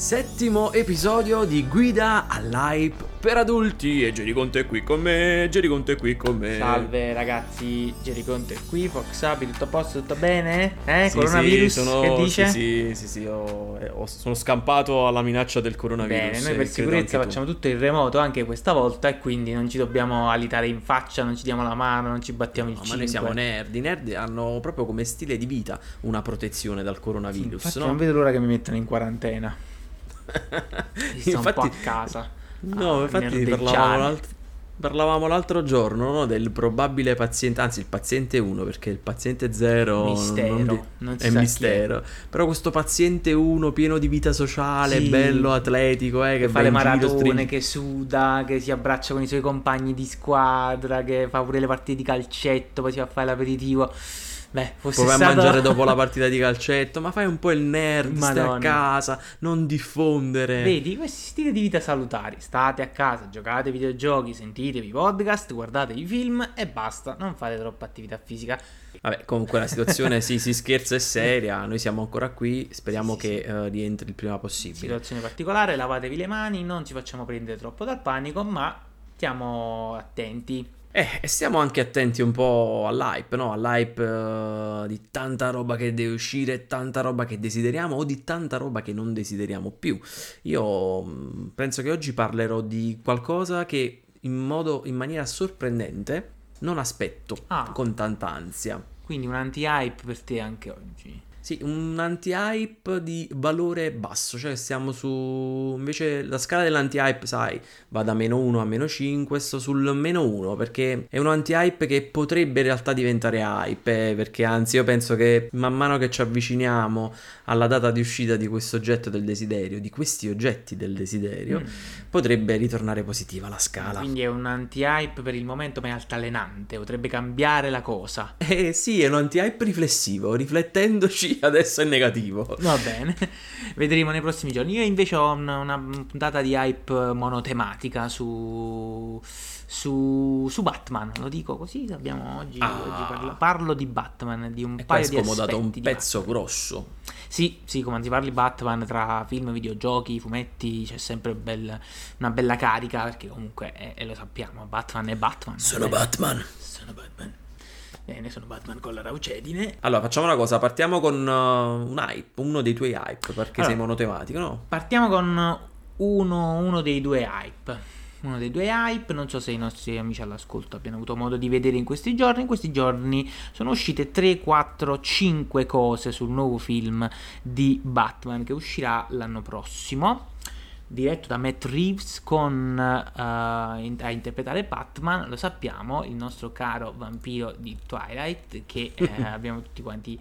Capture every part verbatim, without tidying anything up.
Settimo episodio di Guida all'Hype per adulti. E Jerry Conte è qui con me, Jerry Conte è qui con me. Salve ragazzi, Jerry Conte è qui, Fox Up, tutto a posto, tutto bene? Eh, sì, coronavirus, sì, sono, che dice? Sì, sì, sì, sì ho, eh, ho- sono scampato alla minaccia del coronavirus. Bene, noi eh, per sicurezza credo anche facciamo tutto in remoto anche questa volta e quindi non ci dobbiamo alitare in faccia, non ci diamo la mano, non ci battiamo tu. il No, cinque. ma noi siamo nerd. I nerd hanno proprio come stile di vita una protezione dal Sì, coronavirus, infatti no? non vedo l'ora che mi mettano in quarantena. Si sta un po' a casa. No, a infatti nerdeggiare. parlavamo l'alt- parlavamo l'altro giorno, no, del probabile paziente, anzi il paziente uno, perché il paziente zero Mistero, non, non non si è sa mistero. Però questo paziente uno pieno di vita sociale, Sì. bello, atletico, eh, che, Che fa va le in giro, maratone, stringe- che suda, che si abbraccia con i suoi compagni di squadra, che fa pure le partite di calcetto, poi si va a fare l'aperitivo. Beh, fosse poi vai a stato... mangiare dopo la partita di calcetto, ma fai un po' il nerd, stai a Madonna. casa, non diffondere. Vedi, questi stili di vita salutari. State a casa, giocate ai videogiochi, sentitevi podcast, guardatevi film e basta. Non fate troppa attività fisica. Vabbè, comunque la situazione sì, si scherza, è seria, noi siamo ancora qui, speriamo Sì, sì, che sì. eh, rientri il prima possibile. Situazione particolare, lavatevi le mani, non ci facciamo prendere troppo dal panico, ma stiamo attenti. Eh, e stiamo anche attenti un po' all'hype, no? All'hype eh, di tanta roba che deve uscire, tanta roba che desideriamo o di tanta roba che non desideriamo più. Io mh, penso che oggi parlerò di qualcosa che in modo, in maniera sorprendente non aspetto Ah. con tanta ansia. Quindi un anti-hype per te anche oggi. Sì, un anti-hype di valore basso, cioè stiamo su... invece la scala dell'anti-hype, sai, va da meno uno a meno cinque, sto sul meno uno perché è un anti-hype che potrebbe in realtà diventare hype, eh, perché anzi io penso che man mano che ci avviciniamo alla data di uscita di questo oggetto del desiderio, di questi oggetti del desiderio, Mm. potrebbe ritornare positiva la scala. Quindi è un anti-hype per il momento, ma è altalenante, potrebbe cambiare la cosa. Eh sì, è un anti-hype riflessivo, riflettendoci adesso è negativo. Va bene, vedremo nei prossimi giorni. Io invece ho un- una puntata di hype monotematica su, su, su Batman, lo dico così, abbiamo oggi, Ah. oggi parlo, parlo di Batman, di un E qua è paio di scomodato un aspetti di pezzo Batman. grosso. Sì, sì, come si parli Batman tra film, videogiochi, fumetti, c'è sempre bel- una bella carica, perché comunque, eh, e lo sappiamo, Batman è Batman. Sono Eh, Batman. Sono Batman. Bene, sono Batman con la raucedine. Allora, facciamo una cosa, partiamo con uh, un hype, uno dei tuoi hype, perché Allora. sei monotematico, no? Partiamo con uno, uno dei due hype. Uno dei due hype, non so se i nostri amici all'ascolto abbiano avuto modo di vedere in questi giorni. In questi giorni sono uscite tre, quattro, cinque cose sul nuovo film di Batman che uscirà l'anno prossimo, diretto da Matt Reeves con eh, in- a interpretare Batman, lo sappiamo, il nostro caro vampiro di Twilight che eh, abbiamo tutti quanti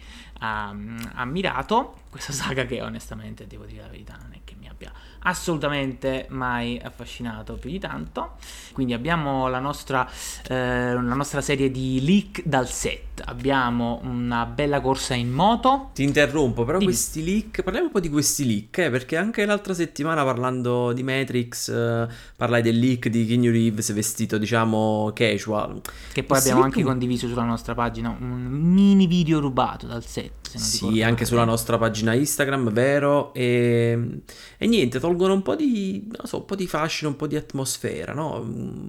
um, ammirato. Questa saga che onestamente, devo dire la verità, non è che mi abbia assolutamente mai affascinato più di tanto. Quindi abbiamo la nostra, eh, la nostra serie di leak dal set, abbiamo una bella corsa in moto. Ti interrompo, però Dimmi. questi leak, parliamo un po' di questi leak, eh, perché anche l'altra settimana parlando di Matrix eh, parlai del leak di Keanu Reeves vestito, diciamo, casual. Che poi Questi abbiamo leak anche un- condiviso sulla nostra pagina, un mini video rubato dal set, se non ricordo Sì, anche male. sulla nostra pagina Instagram, vero? E, e niente, tolgono un po' di, non so, un po' di fascino, un po' di atmosfera, no?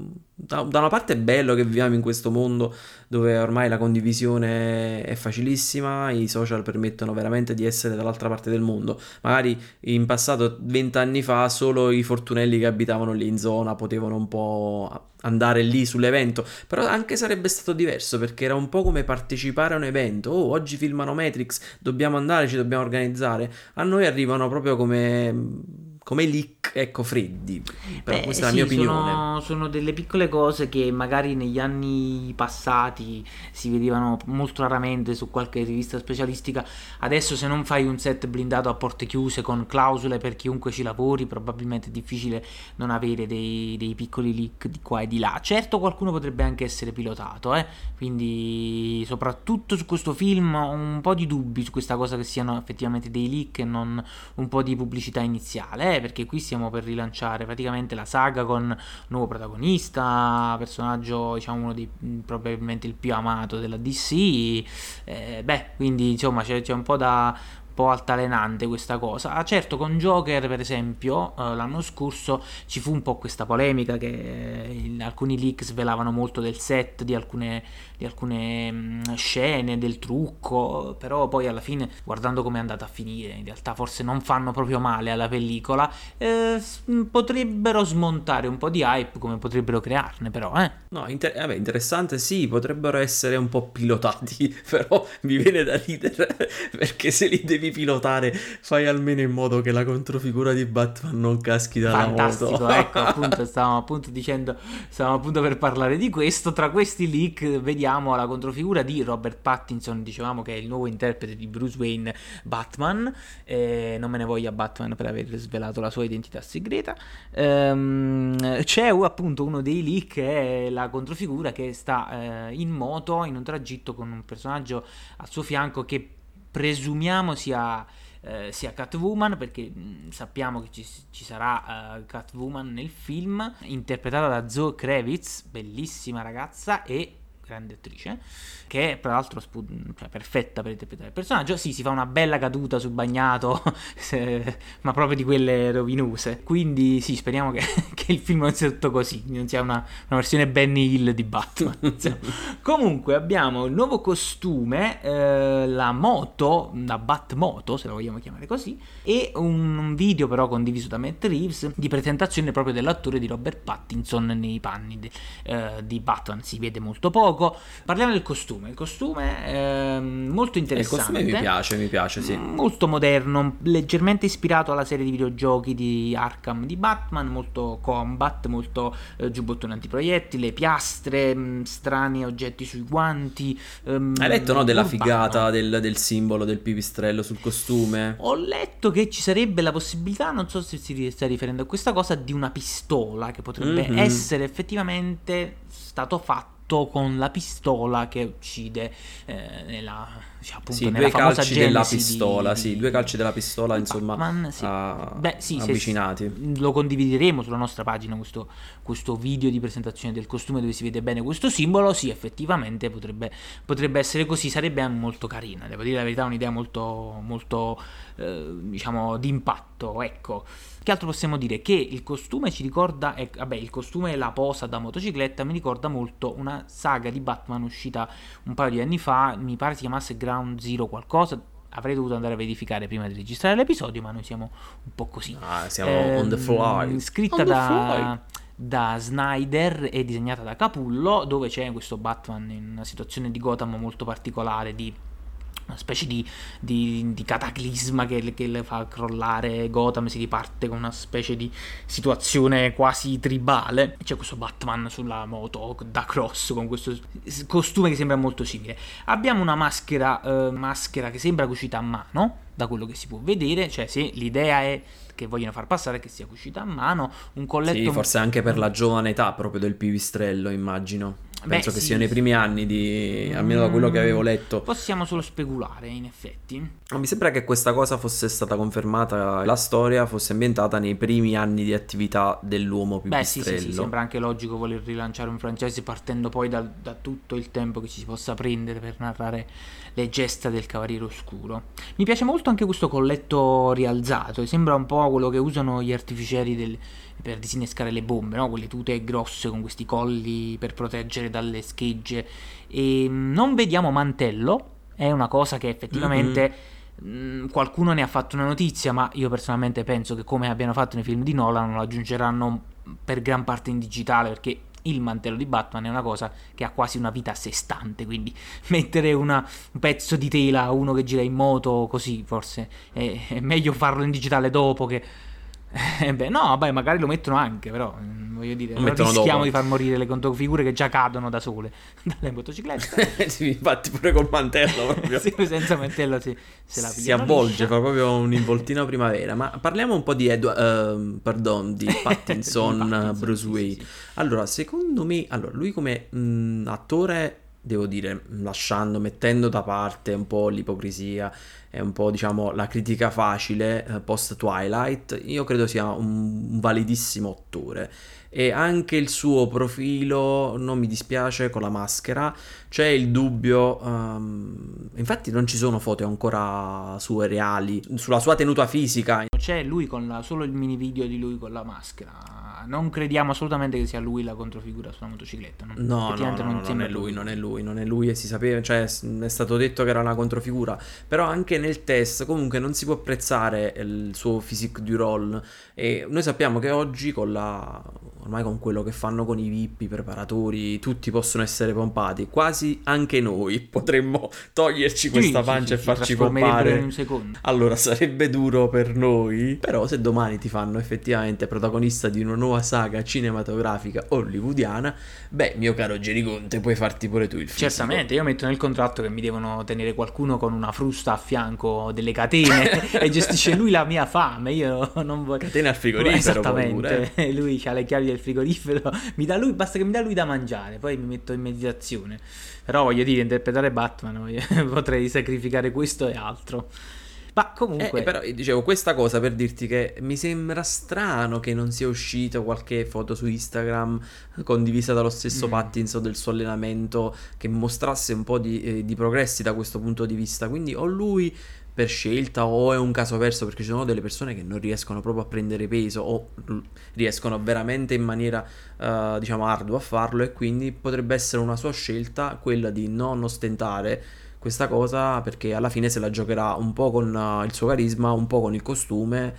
Da, da una parte è bello che viviamo in questo mondo dove ormai la condivisione è facilissima, i social permettono veramente di essere dall'altra parte del mondo. Magari in passato, vent'anni fa, solo i fortunelli che abitavano lì in zona potevano un po' andare lì sull'evento, però anche sarebbe stato diverso perché era un po' come partecipare a un evento. Oh, oggi filmano Matrix, dobbiamo andare, ci dobbiamo organizzare. A noi arrivano proprio come come leak, ecco, freddi. Però Beh, questa è sì, la mia opinione. Sono, sono delle piccole cose che magari negli anni passati si vedevano molto raramente su qualche rivista specialistica. Adesso, se non fai un set blindato a porte chiuse con clausole per chiunque ci lavori, probabilmente è difficile non avere dei, dei piccoli leak di qua e di là. Certo, qualcuno potrebbe anche essere pilotato, eh? Quindi soprattutto su questo film ho un po' di dubbi su questa cosa, che siano effettivamente dei leak e non un po' di pubblicità iniziale, eh, perché qui stiamo per rilanciare praticamente la saga con nuovo protagonista, personaggio, diciamo, uno dei probabilmente il più amato della D C, eh, beh, quindi insomma c'è, c'è un po' da po' altalenante questa cosa. Ah, certo, con Joker per esempio eh, l'anno scorso ci fu un po' questa polemica che eh, in alcuni leak svelavano molto del set, di alcune, di alcune mh, scene, del trucco, però poi alla fine, guardando come è andata a finire, in realtà forse non fanno proprio male alla pellicola, eh, s- potrebbero smontare un po' di hype, come potrebbero crearne però, eh. No, inter- vabbè, interessante, sì, potrebbero essere un po' pilotati, però mi viene da ridere, perché se li devi pilotare, fai almeno in modo che la controfigura di Batman non caschi dalla Fantastico, moto. ecco, appunto, stavamo appunto dicendo, stavamo appunto per parlare di questo. Tra questi leak vediamo la controfigura di Robert Pattinson, dicevamo che è il nuovo interprete di Bruce Wayne Batman, eh, non me ne voglia Batman per aver svelato la sua identità segreta. Ehm, c'è appunto uno dei leak, è la controfigura che sta eh, in moto in un tragitto con un personaggio al suo fianco che presumiamo sia eh, sia Catwoman, perché mh, sappiamo che ci, ci sarà uh, Catwoman nel film, interpretata da Zoe Kravitz, bellissima ragazza e grande attrice, che è tra l'altro spu- cioè, perfetta per interpretare il personaggio. Sì, si fa una bella caduta sul bagnato, se- ma proprio di quelle rovinose. Quindi sì, speriamo che, che il film non sia tutto così, non sia una, una versione Benny Hill di Batman. Insomma. Comunque abbiamo il nuovo costume, eh, la moto, la Batmoto, se la vogliamo chiamare così, e un, un video però condiviso da Matt Reeves di presentazione proprio dell'attore di Robert Pattinson nei panni de, eh, di Batman. Si vede molto poco. Parliamo del costume. Il costume è molto interessante. Il costume mi piace, mi piace, sì. Molto moderno, leggermente ispirato alla serie di videogiochi di Arkham di Batman, molto combat, molto eh, giubbottone antiproiettile, piastre, mh, strani oggetti sui guanti. Ehm, Hai letto, no, della urbano. figata del, del simbolo del pipistrello sul costume? Ho letto che ci sarebbe la possibilità, non so se si sta riferendo a questa cosa, di una pistola che potrebbe Mhm. essere effettivamente stato fatto con la pistola che uccide eh, nella, cioè, appunto, Sì, nella due famosa calci della genesi pistola, di, sì, di- due calci della pistola, di insomma, Batman, sì. a- Beh, sì, se- avvicinati. lo condivideremo sulla nostra pagina questo, questo video di presentazione del costume dove si vede bene questo simbolo. Sì, effettivamente potrebbe, potrebbe essere così, sarebbe anche molto carina, devo dire la verità, un'idea molto, molto eh, diciamo d'impatto, ecco. Che altro possiamo dire? Che il costume ci ricorda, eh, vabbè, il costume e la posa da motocicletta mi ricorda molto una saga di Batman uscita un paio di anni fa, mi pare si chiamasse Ground Zero qualcosa. Avrei dovuto andare a verificare prima di registrare l'episodio, ma noi siamo un po' così. Ah, siamo on the fly. Ehm, Scritta On the da, da Snyder e disegnata da Capullo, dove c'è questo Batman in una situazione di Gotham molto particolare, di una specie di, di, di cataclisma che, che le fa crollare Gotham, si riparte con una specie di situazione quasi tribale. C'è questo Batman sulla moto da cross con questo costume che sembra molto simile. Abbiamo una maschera, eh, maschera che sembra cucita a mano, da quello che si può vedere, cioè se l'idea è che vogliono far passare che sia cucita a mano, un colletto... Sì, forse anche per la giovane età proprio del pipistrello, immagino. Penso Beh, che sì, sia nei sì. primi anni di... almeno da quello che avevo letto. Possiamo solo speculare, in effetti. Ma mi sembra che questa cosa fosse stata confermata, la storia fosse ambientata nei primi anni di attività dell'uomo Beh, sì, pipistrello. sì, sì, sembra anche logico voler rilanciare un francese partendo poi da, da tutto il tempo che ci si possa prendere per narrare le gesta del Cavaliere Oscuro. Mi piace molto anche questo colletto rialzato, sembra un po' quello che usano gli artificieri del, per disinnescare le bombe, no? Quelle tute grosse con questi colli per proteggere dalle schegge. E non vediamo mantello, è una cosa che effettivamente... Mm, qualcuno ne ha fatto una notizia, ma io personalmente penso che come abbiano fatto nei film di Nolan lo aggiungeranno per gran parte in digitale, perché il mantello di Batman è una cosa che ha quasi una vita a sé stante, quindi mettere una, un pezzo di tela a uno che gira in moto così forse è, è meglio farlo in digitale dopo che... Eh beh, no, vabbè, magari lo mettono anche, però mm, voglio dire, Lo non mettono rischiamo dopo. di far morire le controfigure che già cadono da sole dalle motociclette. Sì, infatti pure col mantello proprio. Sì, senza mantello si, se la Si pigliano avvolge, liscia. fa proprio un involtino primavera. Ma parliamo un po' di Edward, ehm, pardon, di Pattinson, Di Pattinson, Bruce sì, Wayne. sì, sì. Allora, secondo me, allora, lui come mh, attore devo dire, lasciando, mettendo da parte un po' l'ipocrisia e un po', diciamo, la critica facile eh, post Twilight, io credo sia un, un validissimo attore. E anche il suo profilo non mi dispiace con la maschera. C'è il dubbio, ehm, infatti non ci sono foto ancora sue reali sulla sua tenuta fisica. C'è lui con la, solo il mini video di lui con la maschera. Non crediamo assolutamente che sia lui la controfigura sulla motocicletta. Non, No, no, no, effettivamente no, non non sembra è lui, lui. non è lui, non è lui e si sapeva, cioè s- è stato detto che era una controfigura, però anche nel test comunque non si può apprezzare il suo physique du role e noi sappiamo che oggi con la, ormai con quello che fanno con i V I P, i preparatori, tutti possono essere pompati, quasi anche noi potremmo toglierci questa Sì, pancia sì, e sì, farci si trasformerebbero pompare. in un secondo. Allora sarebbe duro per noi, però se domani ti fanno effettivamente protagonista di una nuova saga cinematografica hollywoodiana, beh, mio caro Gerigonte, puoi farti pure tu il fisico. Certamente, io metto nel contratto che mi devono tenere qualcuno con una frusta a fianco, delle catene e gestisce lui la mia fame. Io non voglio. Catene al frigorifero poi pure, Esattamente, lui ha le chiavi del frigorifero, mi dà lui, basta che mi dà lui da mangiare, poi mi metto in meditazione. Però voglio dire, interpretare Batman, voglio- potrei sacrificare questo e altro. Ma comunque, Eh, però eh, dicevo questa cosa per dirti che mi sembra strano che non sia uscita qualche foto su Instagram condivisa dallo stesso Mm. Pattinson del suo allenamento che mostrasse un po' di, eh, di progressi da questo punto di vista. Quindi o lui per scelta o è un caso perso perché ci sono delle persone che non riescono proprio a prendere peso o l- riescono veramente in maniera eh, diciamo ardua a farlo e quindi potrebbe essere una sua scelta quella di non ostentare questa cosa perché alla fine se la giocherà un po' con uh, il suo carisma, un po' con il costume.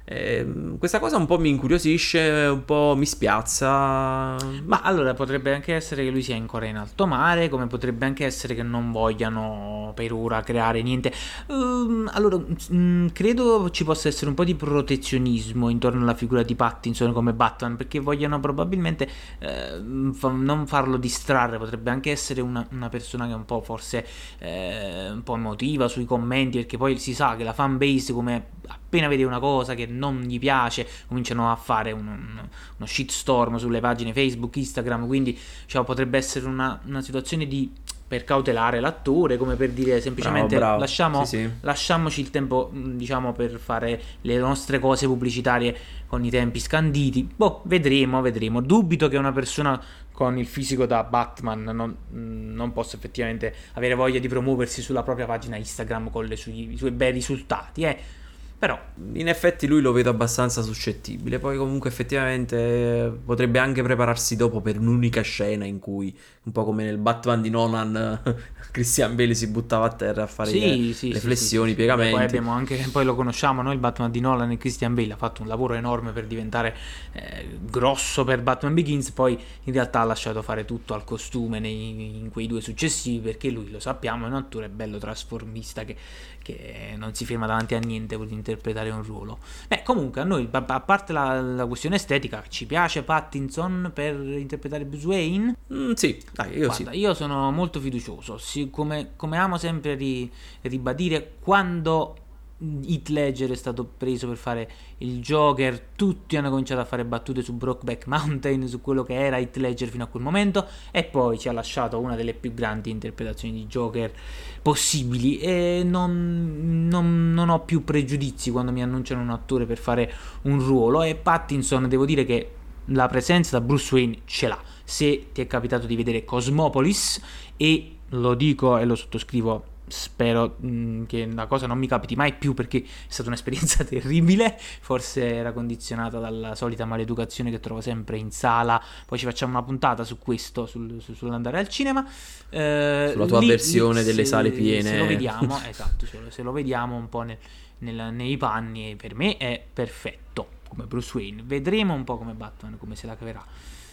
Ehm, questa cosa un po' mi incuriosisce, un po' mi spiazza. ma allora potrebbe anche essere che lui sia ancora in alto mare, come potrebbe anche essere che non vogliano per ora creare niente. Ehm, allora, mm, credo ci possa essere un po' di protezionismo intorno alla figura di Pattinson come Batman, perché vogliono probabilmente eh, fa- non farlo distrarre. Potrebbe anche essere una, una persona che è un po' forse eh, un po' emotiva sui commenti, perché poi si sa che la fanbase, come appena vede una cosa che non gli piace, cominciano a fare un, un- uno shitstorm sulle pagine Facebook, Instagram, quindi diciamo, potrebbe essere una, una situazione di per cautelare l'attore, come per dire semplicemente Bravo, bravo. lasciamo, Sì, sì. lasciamoci il tempo, mh, diciamo, per fare le nostre cose pubblicitarie con i tempi scanditi. Boh, vedremo, vedremo. Dubito che una persona con il fisico da Batman non, mh, non possa effettivamente avere voglia di promuoversi sulla propria pagina Instagram con le sui- i suoi bei risultati, eh. Però In effetti lui lo vedo abbastanza suscettibile, poi comunque effettivamente eh, potrebbe anche prepararsi dopo per un'unica scena in cui, un po' come nel Batman di Nolan, Christian Bale si buttava a terra a fare sì, le, sì, le sì, flessioni, sì, i sì. Beh, poi piegamenti. abbiamo anche, poi lo conosciamo, no? Il Batman di Nolan e Christian Bale ha fatto un lavoro enorme per diventare eh, grosso per Batman Begins, poi in realtà ha lasciato fare tutto al costume nei- in quei due successivi, perché lui, lo sappiamo, è un attore bello trasformista che, che non si ferma davanti a niente per interpretare un ruolo. Beh, comunque a noi, a a parte la, la questione estetica, ci piace Pattinson per interpretare Bruce Wayne? Mm, sì, dai, io Guarda, sì. io sono molto fiducioso, sì, come, come amo sempre ri- ribadire, quando Heath Ledger è stato preso per fare il Joker, tutti hanno cominciato a fare battute su Brokeback Mountain, su quello che era Heath Ledger fino a quel momento, e poi ci ha lasciato una delle più grandi interpretazioni di Joker possibili, e non, non- non ho più pregiudizi quando mi annunciano un attore per fare un ruolo, e Pattinson, devo dire che la presenza da Bruce Wayne ce l'ha. Se ti è capitato di vedere Cosmopolis, e lo dico e lo sottoscrivo, spero mh, che la cosa non mi capiti mai più, perché è stata un'esperienza terribile, forse era condizionata dalla solita maleducazione che trovo sempre in sala. Poi ci facciamo una puntata su questo, sul- su- sull'andare al cinema. Eh, Sulla tua lì- avversione lì, delle se- sale piene. Se lo vediamo, esatto, se lo, se lo vediamo un po' nel- nel- nei panni, per me è perfetto come Bruce Wayne. Vedremo un po' come Batman, come se la caverà.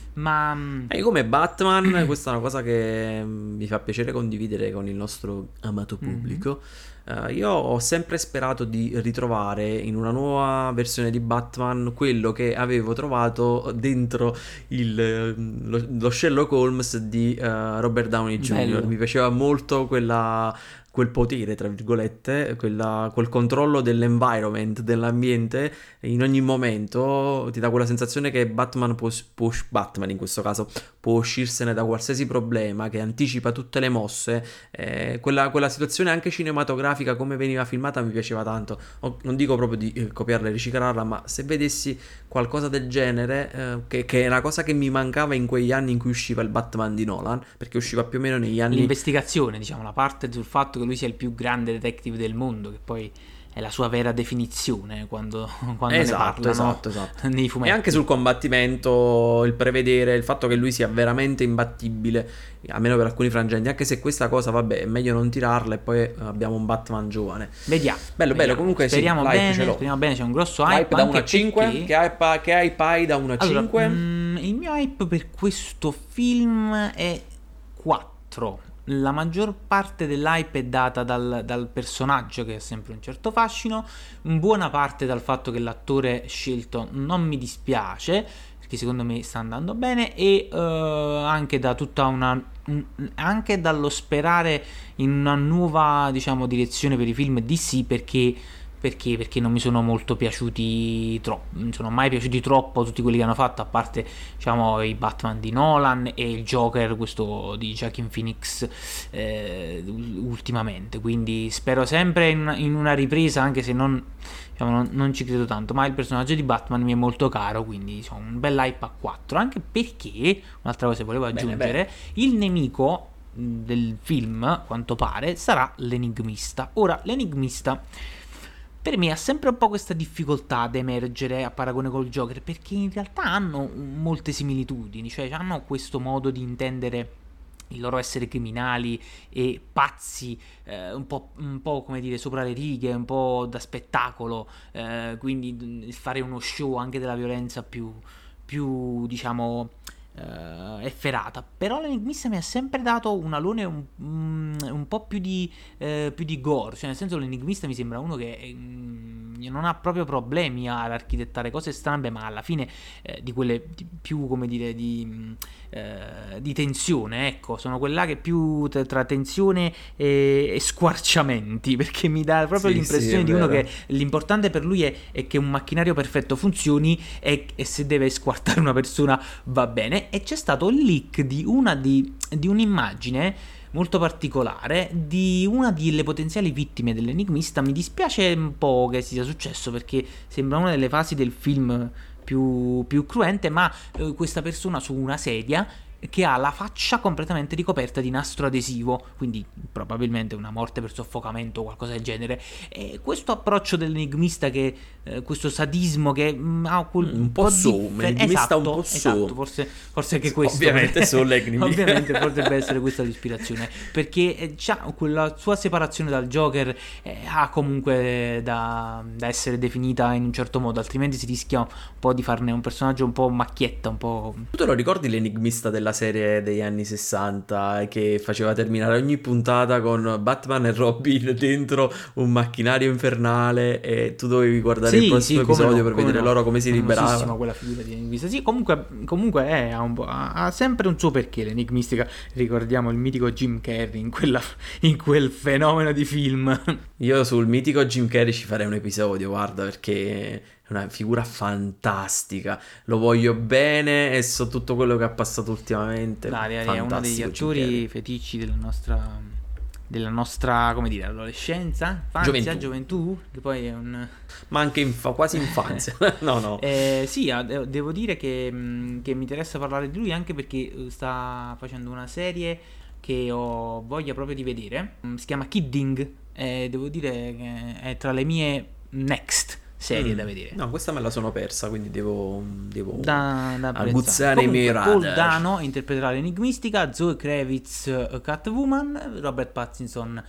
Ma mh, E come Batman, questa è una cosa che mm, mi fa piacere condividere con il nostro amato Mhm. pubblico. Eh, io ho sempre sperato di ritrovare in una nuova versione di Batman quello che avevo trovato dentro il, eh, lo, lo Sherlock Holmes di eh, Robert Downey junior Bello. Mi piaceva molto quella, quel potere, tra virgolette, quella- quel controllo dell'environment, dell'ambiente in ogni momento, ti dà quella sensazione che Batman può, può usc- Batman in questo caso può uscirsene da qualsiasi problema, che anticipa tutte le mosse. Eh, quella, quella situazione anche cinematografica, come veniva filmata, mi piaceva tanto. O- non dico proprio di eh, copiarla e riciclarla, ma se vedessi qualcosa del genere, eh, che, che è una cosa che mi mancava in quegli anni in cui usciva il Batman di Nolan, perché usciva più o meno negli anni... L'investigazione, diciamo, la parte sul fatto che lui sia il più grande detective del mondo, che poi è la sua vera definizione quando, quando ne Esatto, parlano esatto, esatto. nei E fumetti. anche sul combattimento, il prevedere il fatto che lui sia veramente imbattibile, almeno per alcuni frangenti, anche se questa cosa, vabbè, è meglio non tirarla e poi abbiamo un Batman giovane. Vediamo. Bello, bello, vediamo. comunque sì, speriamo l'hype bene, ce l'ho. speriamo bene, c'è un grosso hype. Hype da uno anche a cinque? perché- Che hype, che hype hai da uno a Allora, cinque? mm, il mio hype per questo film è quattro. La maggior parte dell'hype è data dal, dal personaggio, che ha sempre un certo fascino, in buona parte dal fatto che l'attore scelto non mi dispiace, perché secondo me sta andando bene, e eh, anche da tutta una un- anche dallo sperare in una nuova, diciamo, direzione per i film D C, perché perché? Perché non mi sono molto piaciuti troppo, non sono mai piaciuti troppo tutti quelli che hanno fatto, a parte, diciamo, i Batman di Nolan e il Joker, questo di Joaquin Phoenix, eh, ultimamente. Quindi spero sempre in una, in una ripresa, anche se non, diciamo, non, non ci credo tanto, ma il personaggio di Batman mi è molto caro, quindi diciamo, un bel hype a quattro, anche perché, un'altra cosa che volevo Bene, aggiungere, bene. il nemico mh, del film, a quanto pare, sarà l'enigmista. Ora, l'enigmista per me ha sempre un po' questa difficoltà ad emergere a paragone col Joker, perché in realtà hanno molte similitudini, cioè hanno questo modo di intendere il loro essere criminali e pazzi, eh, un po', un po' come dire sopra le righe, un po' da spettacolo, eh, quindi d- fare uno show anche della violenza più, più diciamo, eh, efferata. Però l'enigmista mi ha sempre dato un alone un, un, un po' più di, eh, più di gore, cioè nel senso l'enigmista mi sembra uno che mm, non ha proprio problemi ad architettare cose strane, ma alla fine eh, di quelle di- più, come dire, di, mm, eh, di tensione, ecco, sono quella che più tra, tra tensione e, e squarciamenti, perché mi dà proprio Sì, l'impressione sì, è di uno vero. che l'importante per lui è, è che un macchinario perfetto funzioni, e, e se deve squartare una persona va bene. E c'è stato il leak di una di, di un'immagine molto particolare di una delle potenziali vittime dell'enigmista. Mi dispiace un po' che sia successo, perché sembra una delle fasi del film più, più cruente, ma eh, questa persona su una sedia che ha la faccia completamente ricoperta di nastro adesivo, quindi probabilmente una morte per soffocamento o qualcosa del genere. E questo approccio dell'enigmista, che eh, questo sadismo che mm, ha quel Mm, un po' so, un differ- enigmista esatto, un po' so. esatto, forse, forse anche questo Ovviamente so l'enigmi. ovviamente potrebbe essere questa l'ispirazione, perché eh, già quella sua separazione dal Joker eh, ha comunque da, da essere definita in un certo modo, altrimenti si rischia un po' di farne un personaggio un po' macchietta, un po'... Tu te lo ricordi l'enigmista della serie degli anni sessanta che faceva terminare ogni puntata con Batman e Robin dentro un macchinario infernale e tu dovevi guardare il Sì, prossimo sì, come episodio no, per come vedere no. loro come si Famosissima liberavano? quella figura di enigmista. Sì, comunque, comunque è, ha, un po'- ha- ha sempre un suo perché l'enigmistica. Ricordiamo il mitico Jim Carrey in, quella, in quel fenomeno di film. Io sul mitico Jim Carrey ci farei un episodio, guarda, perché è una figura fantastica. Lo voglio bene e so tutto quello che ha passato ultimamente. Dai, dai, è uno degli Fantastico Jim attori Carrey. feticci della nostra, della nostra, come dire, adolescenza, infanzia, Gioventù. gioventù, che poi è un... Ma anche in quasi infanzia. No, no. Eh, sì, ah, de- devo dire che, mh, che mi interessa parlare di lui, anche perché eh, sta facendo una serie che ho voglia proprio di vedere. Mm, Si chiama Kidding, e devo dire che è tra le mie next serie Mm. da vedere. No, questa me la sono persa, quindi devo, devo Da, da apprezzare. aguzzare i miei Comunque, Paul radar. Dano interpreterà l'enigmistica, Zoe Kravitz eh, Catwoman, Robert Pattinson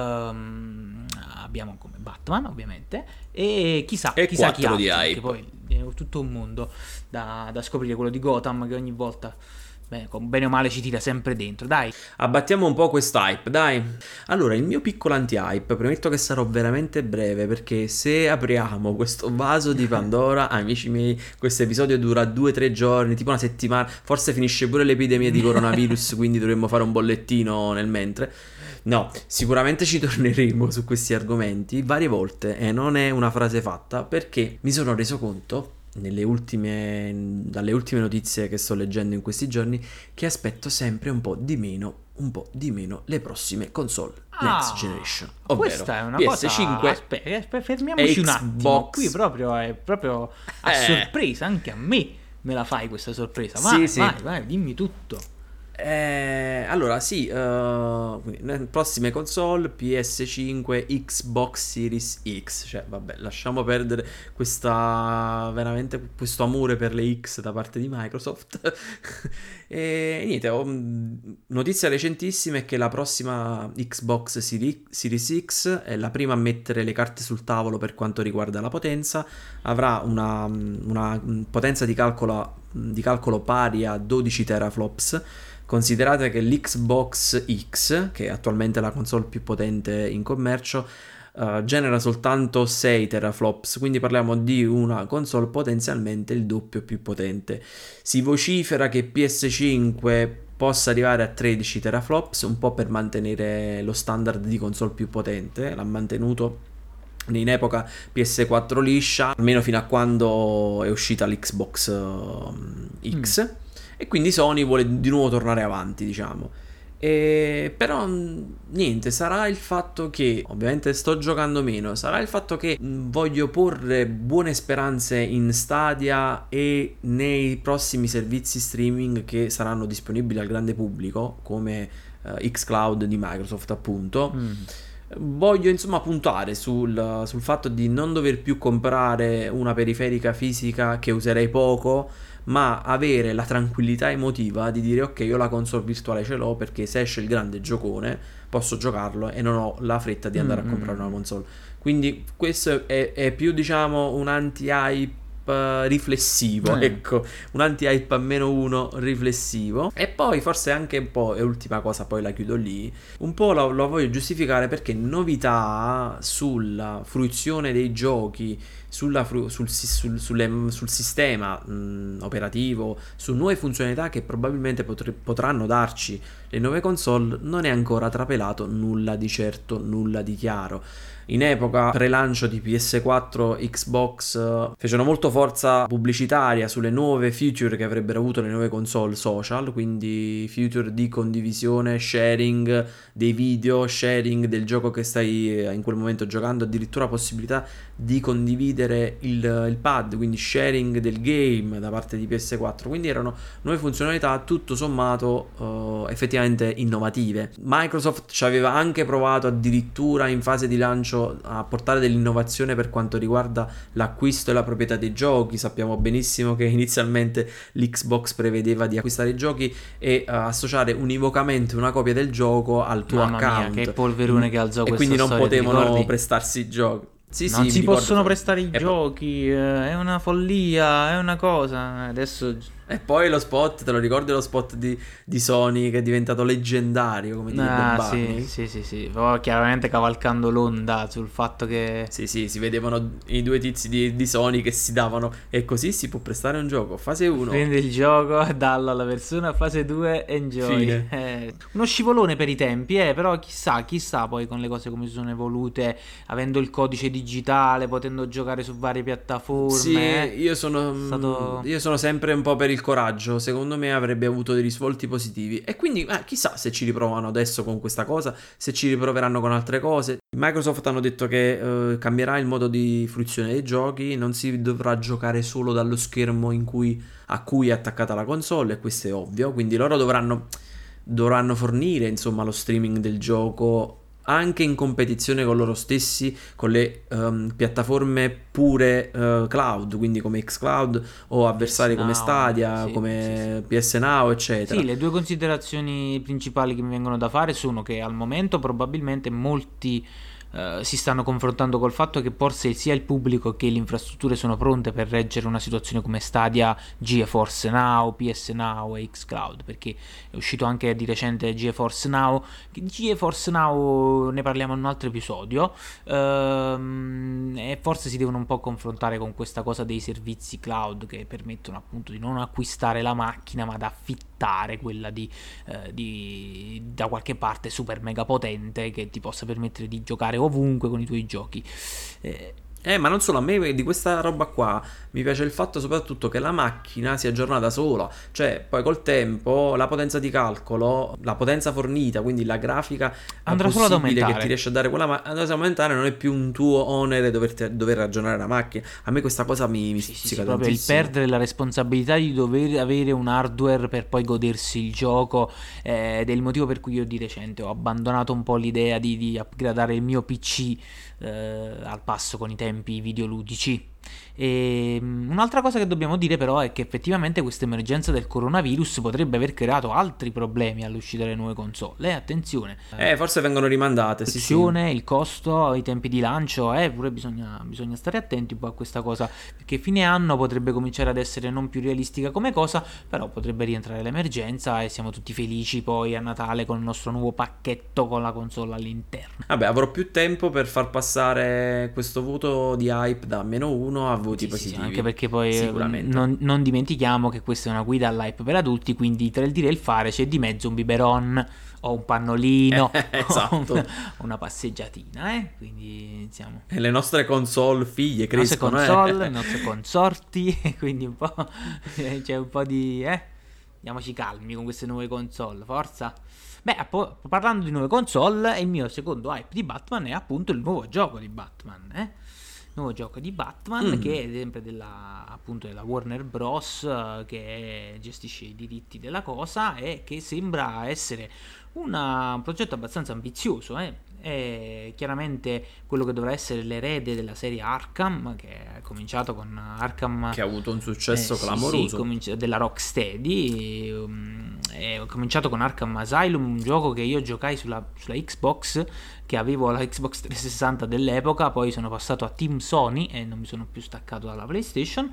ehm, abbiamo come Batman, ovviamente, e chissà, E chissà chi quattro di altro, hype. perché poi è tutto un mondo da, da scoprire, quello di Gotham, che ogni volta, beh, con bene o male ci tira sempre dentro, dai. Abbattiamo un po' questo hype, dai. Allora, il mio piccolo anti-hype, premetto che sarò veramente breve, perché se apriamo questo vaso di Pandora, amici miei, questo episodio dura due o tre giorni, tipo una settimana, forse finisce pure l'epidemia di coronavirus, quindi dovremmo fare un bollettino nel mentre. No, sicuramente ci torneremo su questi argomenti varie volte e non è una frase fatta, perché mi sono reso conto nelle ultime, dalle ultime notizie che sto leggendo in questi giorni, che aspetto sempre un po' di meno, un po' di meno le prossime console next Ah, generation, ovvero questa è una P S cinque cosa. Aspetta, e fermiamoci un attimo. Qui Xbox. proprio è proprio a Eh, sorpresa, anche a me me la fai questa sorpresa. sì, Vai, sì. vai, vai, dimmi tutto. Eh, allora, sì, eh, quindi, le prossime console P S cinque, Xbox Series X, cioè vabbè, lasciamo perdere questa veramente questo amore per le X da parte di Microsoft. E niente, ho, mh, notizia recentissima è che la prossima Xbox Seri- Series X è la prima a mettere le carte sul tavolo per quanto riguarda la potenza, avrà una, una potenza di calcolo, di calcolo pari a dodici teraflops. Considerate che l'Xbox X, che è attualmente la console più potente in commercio, eh, genera soltanto sei teraflops, quindi parliamo di una console potenzialmente il doppio più potente. Si vocifera che P S cinque possa arrivare a tredici teraflops, un po' per mantenere lo standard di console più potente, l'ha mantenuto in epoca P S quattro liscia, almeno fino a quando è uscita l'Xbox eh, Mm. X, e quindi Sony vuole di nuovo tornare avanti, diciamo. E però mh, niente, sarà il fatto che ovviamente sto giocando meno, sarà il fatto che mh, voglio porre buone speranze in Stadia e nei prossimi servizi streaming che saranno disponibili al grande pubblico, come eh, xCloud di Microsoft, appunto. Mm. Voglio insomma puntare sul, sul fatto di non dover più comprare una periferica fisica che userei poco, ma avere la tranquillità emotiva di dire ok, io la console virtuale ce l'ho, perché se esce il grande giocone posso giocarlo e non ho la fretta di andare Mm, a comprare mm, una mm. console. Quindi questo è, è più, diciamo, un anti-hype eh, riflessivo, Eh. ecco, un anti-hype a meno uno riflessivo. E poi forse anche un po', e ultima cosa, poi la chiudo lì, un po' lo, lo voglio giustificare perché novità sulla fruizione dei giochi, sulla fru- sul, si- sul- sulle- sul sistema mh, operativo, su nuove funzionalità che probabilmente potre- potranno darci le nuove console, non è ancora trapelato nulla di certo, nulla di chiaro. In epoca pre-lancio di P S quattro, Xbox eh, fecero molto forza pubblicitaria sulle nuove feature che avrebbero avuto le nuove console social, quindi feature di condivisione, sharing dei video, sharing del gioco che stai eh, in quel momento giocando, addirittura possibilità di condividere il, il pad, quindi sharing del game da parte di P S quattro. Quindi erano nuove funzionalità tutto sommato eh, effettivamente innovative. Microsoft ci aveva anche provato addirittura in fase di lancio a portare dell'innovazione per quanto riguarda l'acquisto e la proprietà dei giochi. Sappiamo benissimo che inizialmente l'Xbox prevedeva di acquistare i giochi e uh, associare univocamente una copia del gioco al tuo Mamma account. mia, che polverone che alzò E questa quindi non storia, ti potevano ricordi? prestarsi i giochi. Sì, sì, Non mi si ricordo. possono prestare i E poi- giochi, eh, è una follia, è una cosa. Adesso E poi lo spot, te lo ricordi lo spot di, di Sony che è diventato leggendario, come direbbe ah, Barney? sì, sì, sì, sì. Poi chiaramente cavalcando l'onda sul fatto che Sì, sì, si vedevano i due tizi di, di Sony che si davano e così si può prestare un gioco. Fase uno. prendi il gioco, dallo alla persona, fase due, enjoy. Fine. Eh, uno scivolone per i tempi, eh, però chissà, chissà poi con le cose come si sono evolute, avendo il codice digitale, potendo giocare su varie piattaforme. Sì, eh. io sono, È stato- io sono sempre un po' per il coraggio. Secondo me avrebbe avuto dei risvolti positivi. E quindi, eh, chissà se ci riprovano adesso con questa cosa, se ci riproveranno con altre cose. Microsoft hanno detto che eh, cambierà il modo di fruizione dei giochi, non si dovrà giocare solo dallo schermo in cui, a cui è attaccata la console, e questo è ovvio. Quindi loro dovranno, dovranno fornire, insomma, lo streaming del gioco anche in competizione con loro stessi, con le ehm, piattaforme pure eh, cloud, quindi come xCloud o avversari come Now, Stadia, sì, come P S Now, eccetera. Sì, le due considerazioni principali che mi vengono da fare sono che al momento probabilmente molti Uh, si stanno confrontando col fatto che forse sia il pubblico che le infrastrutture sono pronte per reggere una situazione come Stadia, GeForce Now, P S Now e xCloud, perché è uscito anche di recente GeForce Now. GeForce Now ne parliamo in un altro episodio, uh, e forse si devono un po' confrontare con questa cosa dei servizi cloud che permettono appunto di non acquistare la macchina ma da affittare quella di, uh, di da qualche parte super mega potente che ti possa permettere di giocare ovunque con i tuoi giochi. eh, Eh, ma non solo, a me di questa roba qua mi piace il fatto soprattutto che la macchina si aggiorna da sola, cioè poi col tempo la potenza di calcolo, la potenza fornita, quindi la grafica andrà solo ad possibile che aumentare. ti riesce a dare quella macchina, andrà a aumentare, non è più un tuo onere dover, dover ragionare la macchina. A me questa cosa mi, mi Sì, sì, stuzzica sì, proprio il tantissimo. perdere la responsabilità di dover avere un hardware per poi godersi il gioco, eh, ed è il motivo per cui io di recente ho abbandonato un po' l'idea di, di upgradare il mio P C eh, al passo con i tempi videoludici. E um, un'altra cosa che dobbiamo dire però è che effettivamente questa emergenza del coronavirus potrebbe aver creato altri problemi all'uscita delle nuove console. Eh, attenzione, Eh, forse vengono rimandate, sì sì. il costo, i tempi di lancio, eh, pure bisogna, bisogna stare attenti un po' a questa cosa, perché fine anno potrebbe cominciare ad essere non più realistica come cosa, però potrebbe rientrare l'emergenza e siamo tutti felici poi a Natale con il nostro nuovo pacchetto con la console all'interno. Vabbè, avrò più tempo per far passare questo voto di hype da meno uno a voti Sì, sì, positivi. sì, anche perché poi eh, Sicuramente. non, non dimentichiamo che questa è una guida all'hype per adulti, quindi tra il dire e il fare c'è di mezzo un biberon o un pannolino Esatto. o una, una passeggiatina, eh? Quindi siamo E le nostre console figlie le nostre crescono, console, eh. i nostri consorti, quindi un po' c'è un po' di eh andiamoci calmi con queste nuove console, forza. Beh, appo- parlando di nuove console, il mio secondo hype di Batman è appunto il nuovo gioco di Batman, eh? Nuovo gioco di Batman Mm. che è sempre della, appunto della Warner Bros, eh, che gestisce i diritti della cosa e che sembra essere una- un progetto abbastanza ambizioso, eh. È chiaramente quello che dovrà essere l'erede della serie Arkham, che è cominciato con Arkham, Che ha avuto un successo eh, sì, clamoroso. sì, cominci- della Rocksteady. um, È cominciato con Arkham Asylum, un gioco che io giocai sulla, sulla Xbox, che avevo la Xbox trecentosessanta dell'epoca, poi sono passato a Team Sony e non mi sono più staccato dalla PlayStation,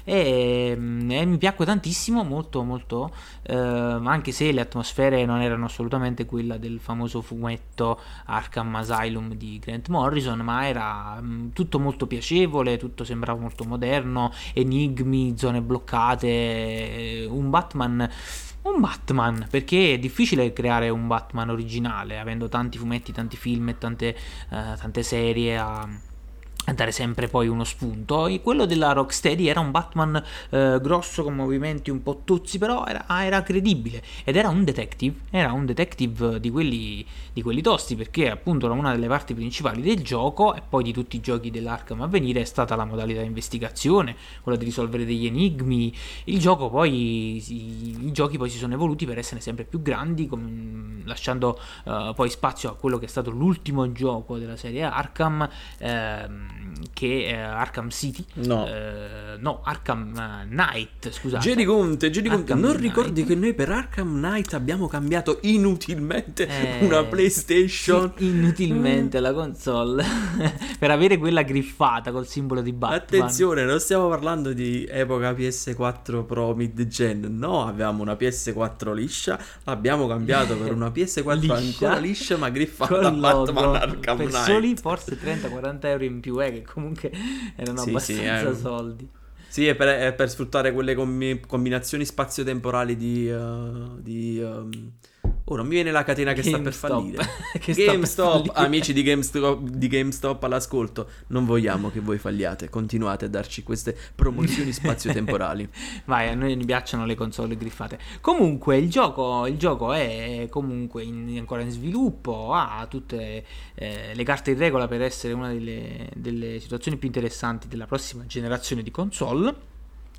e, mm, e mi piacque tantissimo, molto molto, eh, anche se le atmosfere non erano assolutamente quella del famoso fumetto Arkham Asylum di Grant Morrison, ma era mh, tutto molto piacevole, tutto sembrava molto moderno, enigmi, zone bloccate, eh, un Batman un Batman, perché è difficile creare un Batman originale avendo tanti fumetti, tanti film e tante, eh, tante serie a a dare sempre poi uno spunto. E quello della Rocksteady era un Batman eh, grosso con movimenti un po' tozzi, però era, ah, era credibile ed era un detective, era un detective di quelli, di quelli tosti, perché appunto una delle parti principali del gioco e poi di tutti i giochi dell'Arkham a venire è stata la modalità di investigazione, quella di risolvere degli enigmi. Il gioco poi si, i giochi poi si sono evoluti per essere sempre più grandi, com- lasciando uh, poi spazio a quello che è stato l'ultimo gioco della serie Arkham, ehm, che è Arkham City, No. eh, no, Arkham Knight, scusate. Geri Conte, Geri Conte, Arkham non Knight. ricordi che noi per Arkham Knight abbiamo cambiato inutilmente Eh, una PlayStation? sì, inutilmente la console per avere quella griffata col simbolo di Batman. Attenzione, non stiamo parlando di epoca P S quattro Pro mid-gen, no, avevamo una P S quattro liscia, l'abbiamo cambiato per una P S quattro Liscia, ancora liscia ma griffata col logo, Batman Arkham per Knight. soli forse trenta quaranta euro in più, eh, che comunque erano Sì, sì, abbastanza eh. soldi. Sì, è per, è per sfruttare quelle combi- combinazioni spazio-temporali di... uh, di um, Oh, non mi viene la catena che sta per GameStop. fallire. Che sta per GameStop, fallire. amici di GameStop, di GameStop all'ascolto, non vogliamo che voi falliate, continuate a darci queste promozioni spazio-temporali. Vai, a noi piacciono le console griffate. Comunque il gioco, il gioco è comunque in- ancora in sviluppo, ha tutte eh, le carte in regola per essere una delle, delle situazioni più interessanti della prossima generazione di console.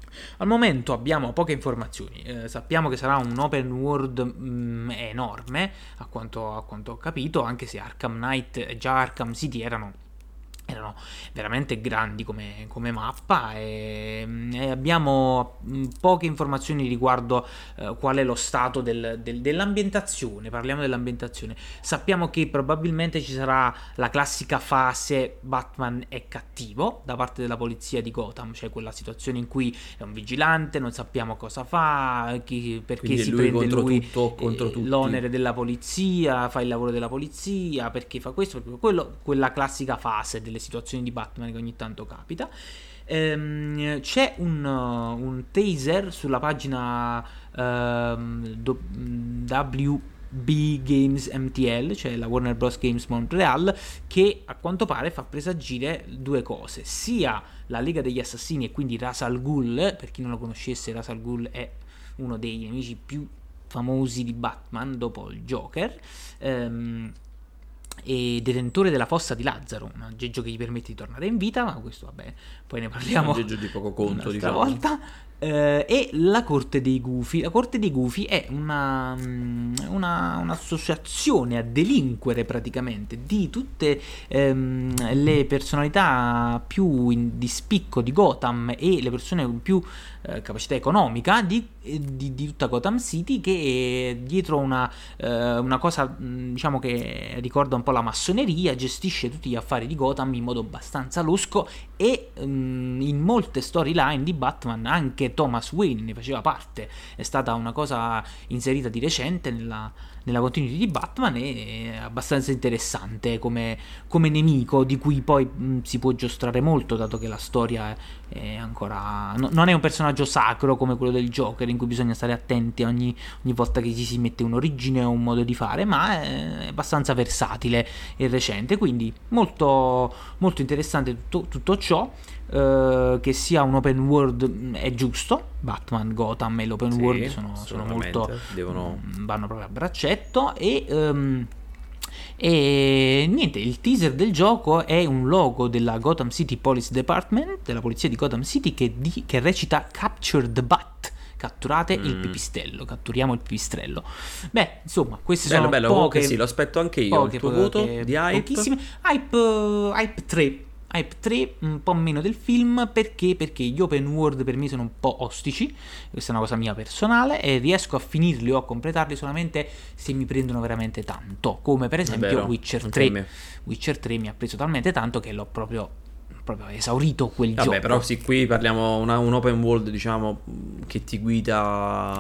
Al momento abbiamo poche informazioni, eh, sappiamo che sarà un open world mh, enorme, a quanto, a quanto ho capito, anche se Arkham Knight e già Arkham City erano erano veramente grandi come, come mappa, e, e abbiamo mh, poche informazioni riguardo eh, qual è lo stato del- del- dell'ambientazione. Parliamo dell'ambientazione. Sappiamo che probabilmente ci sarà la classica fase Batman è cattivo da parte della polizia di Gotham, cioè quella situazione in cui è un vigilante, non sappiamo cosa fa, chi- perché Quindi è si lui prende contro lui tutto o contro eh, tutti. l'onere della polizia, fa il lavoro della polizia, perché fa questo, perché fa quello, quella classica fase delle situazioni di Batman che ogni tanto capita. Ehm, c'è un, uh, un taser sulla pagina ehm, do- W B Games M T L, cioè la Warner Bros. Games Montreal, che a quanto pare fa presagire due cose: sia la Lega degli Assassini, e quindi Ra's al Ghul. Per chi non lo conoscesse, Ra's al Ghul è uno dei nemici più famosi di Batman dopo il Joker, ehm, e detentore della fossa di Lazzaro, un aggeggio che gli permette di tornare in vita, ma questo vabbè, poi ne Un parliamo aggeggio di poco conto, un'altra diciamo. volta. Eh, e la Corte dei Gufi. La Corte dei Gufi è una, mm, una- un'associazione a delinquere praticamente di tutte ehm, le personalità più in- di spicco di Gotham e le persone con più eh, capacità economica di, di- di tutta Gotham City, che dietro una, eh, una cosa mh, diciamo che ricorda un po' la massoneria, gestisce tutti gli affari di Gotham in modo abbastanza losco, e mh, in molte storyline di Batman anche Thomas Wayne ne faceva parte. È stata una cosa inserita di recente nella, nella continuity di Batman, e è abbastanza interessante come, come nemico, di cui poi mh, si può giostrare molto, dato che la storia è, è ancora no- non è un personaggio sacro come quello del Joker, in cui bisogna stare attenti ogni, ogni volta che ci si mette un'origine o un modo di fare, ma è abbastanza versatile e recente, quindi molto, molto interessante tutto, tutto ciò. Eh, che sia un open world mh, è giusto. Batman, Gotham e l'open Sì, world sono, sono molto assolutamente. Devono... mh, vanno proprio a braccetto. E ehm, e niente, il teaser del gioco è un logo della Gotham City Police Department, della polizia di Gotham City, che, di- che recita Capture the Bat. Catturate il Mm. pipistrello, catturiamo il pipistrello. Beh, insomma, queste Bello, sono bello, poche, comunque sì, lo aspetto anche io. poche, Il tuo poche, voto di hype? pochissime. Hype, eh, hype tre. Hype tre, un po' meno del film, perché? Perché gli open world per me sono un po' ostici, questa è una cosa mia personale, e riesco a finirli o a completarli solamente se mi prendono veramente tanto, come per esempio vero, Witcher anche a tre. me. Witcher tre mi ha preso talmente tanto che l'ho proprio, proprio esaurito quel Vabbè, gioco. però sì, qui parliamo una, un open world, diciamo, che ti guida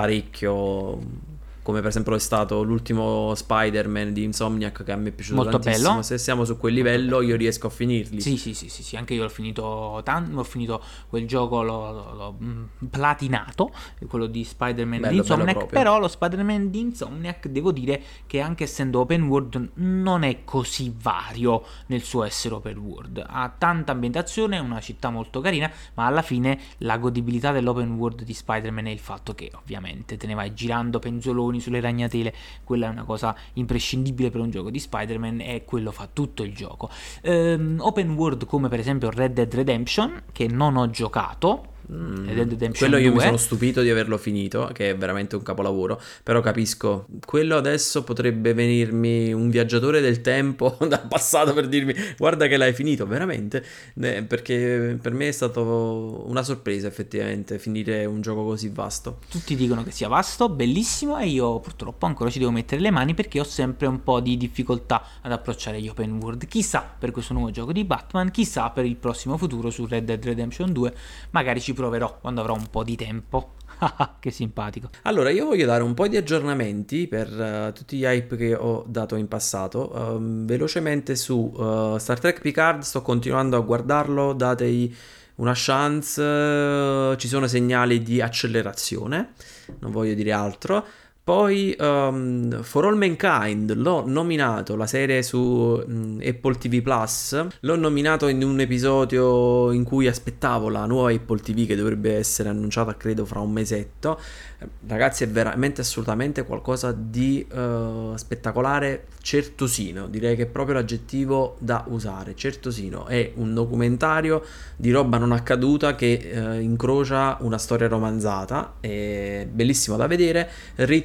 parecchio, come per esempio è stato l'ultimo Spider-Man di Insomniac, che a me è piaciuto Molto tantissimo. bello. Se siamo su quel Molto livello, bello. io riesco a finirli. Sì, sì, sì, sì, sì, anche io l'ho finito tanto, ho finito quel gioco, l'ho, l'ho- l'ho, mm, platinato, quello di Spider-Man di Bello, bello Insomniac, proprio. però lo Spider-Man di Insomniac devo dire che, anche essendo open world, non è così vario nel suo essere open world. Ha tanta ambientazione, è una città molto carina, ma alla fine la godibilità dell'open world di Spider-Man è il fatto che ovviamente te ne vai girando penzoloni sulle ragnatele. Quella è una cosa imprescindibile per un gioco di Spider-Man, e quello fa tutto il gioco. Ehm, open world come per esempio Red Dead Redemption, che non ho giocato. Mm, Red Dead Redemption quello io mi due. sono stupito di averlo finito, che è veramente un capolavoro. Però capisco, quello adesso potrebbe venirmi un viaggiatore del tempo dal passato per dirmi guarda che l'hai finito, veramente. Eh, perché per me è stato una sorpresa effettivamente finire un gioco così vasto. Tutti dicono che sia vasto, bellissimo, e io purtroppo ancora ci devo mettere le mani, perché ho sempre un po' di difficoltà ad approcciare gli open world. Chissà per questo nuovo gioco di Batman, chissà per il prossimo futuro su Red Dead Redemption due, magari ci proverò quando avrò un po' di tempo. Che simpatico. Allora, io voglio dare un po' di aggiornamenti per eh, tutti gli hype che ho dato in passato. Ehm, velocemente su eh, Star Trek Picard, sto continuando a guardarlo, dategli una chance, eh, ci sono segnali di accelerazione, non voglio dire altro. Poi ehm, For All Mankind l'ho nominato, la serie su mm, Apple T V Plus, l'ho nominato in un episodio in cui aspettavo la nuova Apple T V che dovrebbe essere annunciata credo fra un mesetto. Eh, Ragazzi, è veramente assolutamente qualcosa di eh, spettacolare, certosino, direi che è proprio l'aggettivo da usare, certosino. È un documentario di roba non accaduta che eh, incrocia una storia romanzata, è bellissimo da vedere, ritmo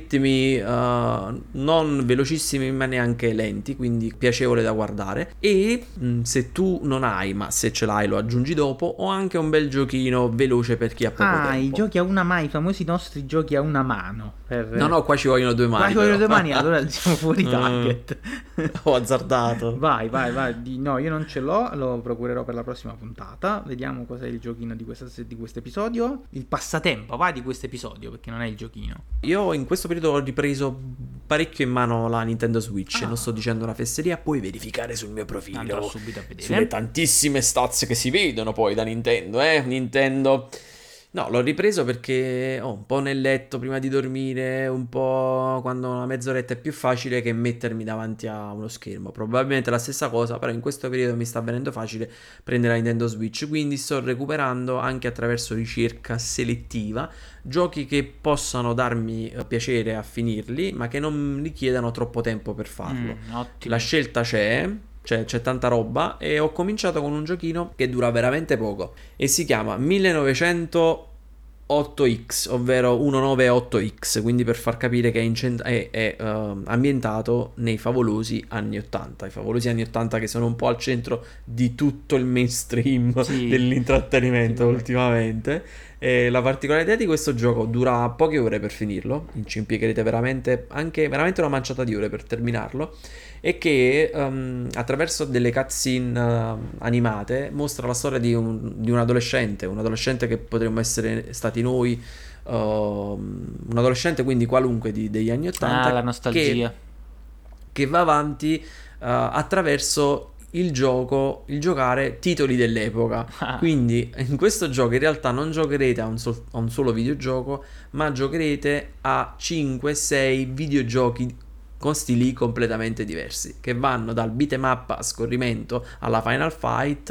ritmi uh, non velocissimi ma neanche lenti, quindi piacevole da guardare. E mh, se tu non hai, ma se ce l'hai lo aggiungi dopo, ho anche un bel giochino veloce per chi ha poco ah, tempo. i giochi a una mano, i famosi nostri giochi a una mano. Per... No, no, qua ci vogliono due mani. Qua ci vogliono però. due mani, allora siamo fuori target. Ho azzardato. Vai, vai, vai. Di- No, io non ce l'ho, lo procurerò per la prossima puntata. Vediamo cos'è il giochino di questo di questo episodio. Il passatempo, vai, di questo episodio, perché non è il giochino. Io in questo periodo ho ripreso parecchio in mano la Nintendo Switch. Ah. Non sto dicendo una fesseria, puoi verificare sul mio profilo. Andrò subito a vedere. Sulle tantissime stats che si vedono poi da Nintendo, eh? Nintendo. No, l'ho ripreso perché ho un po' nel letto prima di dormire, un po' quando una mezz'oretta è più facile che mettermi davanti a uno schermo. Probabilmente la stessa cosa, però in questo periodo mi sta venendo facile prendere la Nintendo Switch, quindi sto recuperando anche attraverso ricerca selettiva giochi che possano darmi eh, piacere a finirli, ma che non richiedano troppo tempo per farlo. Mm, ottimo. La scelta c'è, cioè c'è tanta roba, e ho cominciato con un giochino che dura veramente poco e si chiama millenovecentotto X, ovvero millenovecentotto X, quindi per far capire che è, incent- è, è uh, ambientato nei favolosi anni ottanta, i favolosi anni ottanta che sono un po' al centro di tutto il mainstream Sì. dell'intrattenimento Sì. ultimamente. E la particolarità di questo gioco: dura poche ore per finirlo, ci impiegherete veramente anche veramente una manciata di ore per terminarlo, e che um, attraverso delle cutscene uh, animate mostra la storia di un, di un adolescente, un adolescente che potremmo essere stati noi, uh, un adolescente quindi qualunque di, degli anni ottanta, Ah, la nostalgia. che, che va avanti uh, attraverso il gioco, il giocare titoli dell'epoca. Ah. Quindi in questo gioco in realtà non giocherete a un, sol- a un solo videogioco, ma giocherete a cinque sei videogiochi con stili completamente diversi, che vanno dal beat'em up a scorrimento alla Final Fight,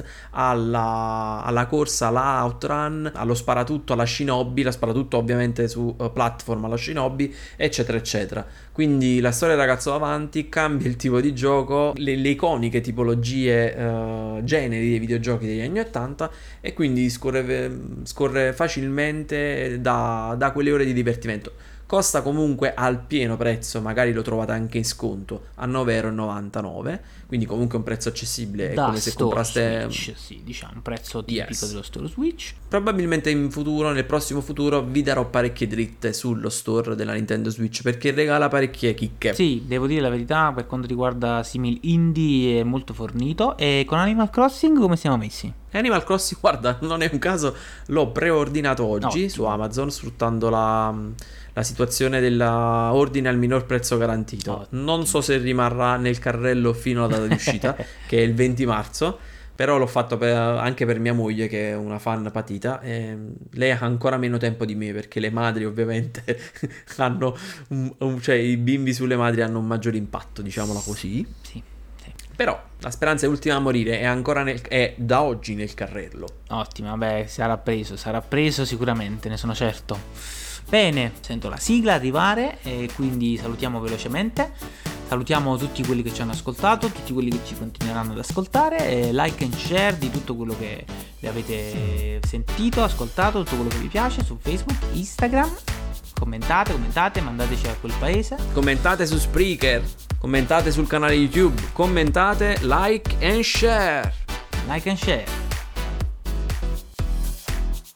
alla, alla corsa, alla outrun, allo sparatutto, alla Shinobi, la sparatutto ovviamente su uh, platform alla Shinobi, eccetera eccetera. Quindi la storia del ragazzo va avanti, cambia il tipo di gioco, le, le iconiche tipologie, uh, generi dei videogiochi degli anni ottanta, e quindi scorre, scorre facilmente da, da quelle ore di divertimento. Costa comunque al pieno prezzo, magari lo trovate anche in sconto a nove e novantanove euro, quindi comunque un prezzo accessibile, è Da come se store compraste. Switch, sì, diciamo un prezzo tipico Yes. dello store Switch. Probabilmente in futuro, nel prossimo futuro, vi darò parecchie dritte sullo store della Nintendo Switch, perché regala parecchie chicche. Sì, devo dire la verità, per quanto riguarda simili indie è molto fornito. E con Animal Crossing come siamo messi? Animal Crossing, guarda, non è un caso, l'ho preordinato oggi Ottimo. su Amazon, sfruttando la, la situazione dell'ordine al minor prezzo garantito. Ottimo. Non so se rimarrà nel carrello fino alla data di uscita, che è il venti marzo, però l'ho fatto per- anche per mia moglie, che è una fan patita, e lei ha ancora meno tempo di me, perché le madri ovviamente hanno un- un- cioè i bimbi sulle madri hanno un maggiore impatto, diciamola così. Sì, sì. Però la speranza è ultima a morire, è ancora nel, è da oggi nel carrello. Ottimo, vabbè, sarà preso, sarà preso sicuramente, ne sono certo. Bene, sento la sigla arrivare e quindi salutiamo velocemente. Salutiamo tutti quelli che ci hanno ascoltato, tutti quelli che ci continueranno ad ascoltare, e like and share di tutto quello che vi avete sentito, ascoltato, tutto quello che vi piace su Facebook, Instagram. Commentate, commentate, mandateci a quel paese. Commentate su Spreaker, commentate sul canale YouTube, commentate, like and share. Like and share.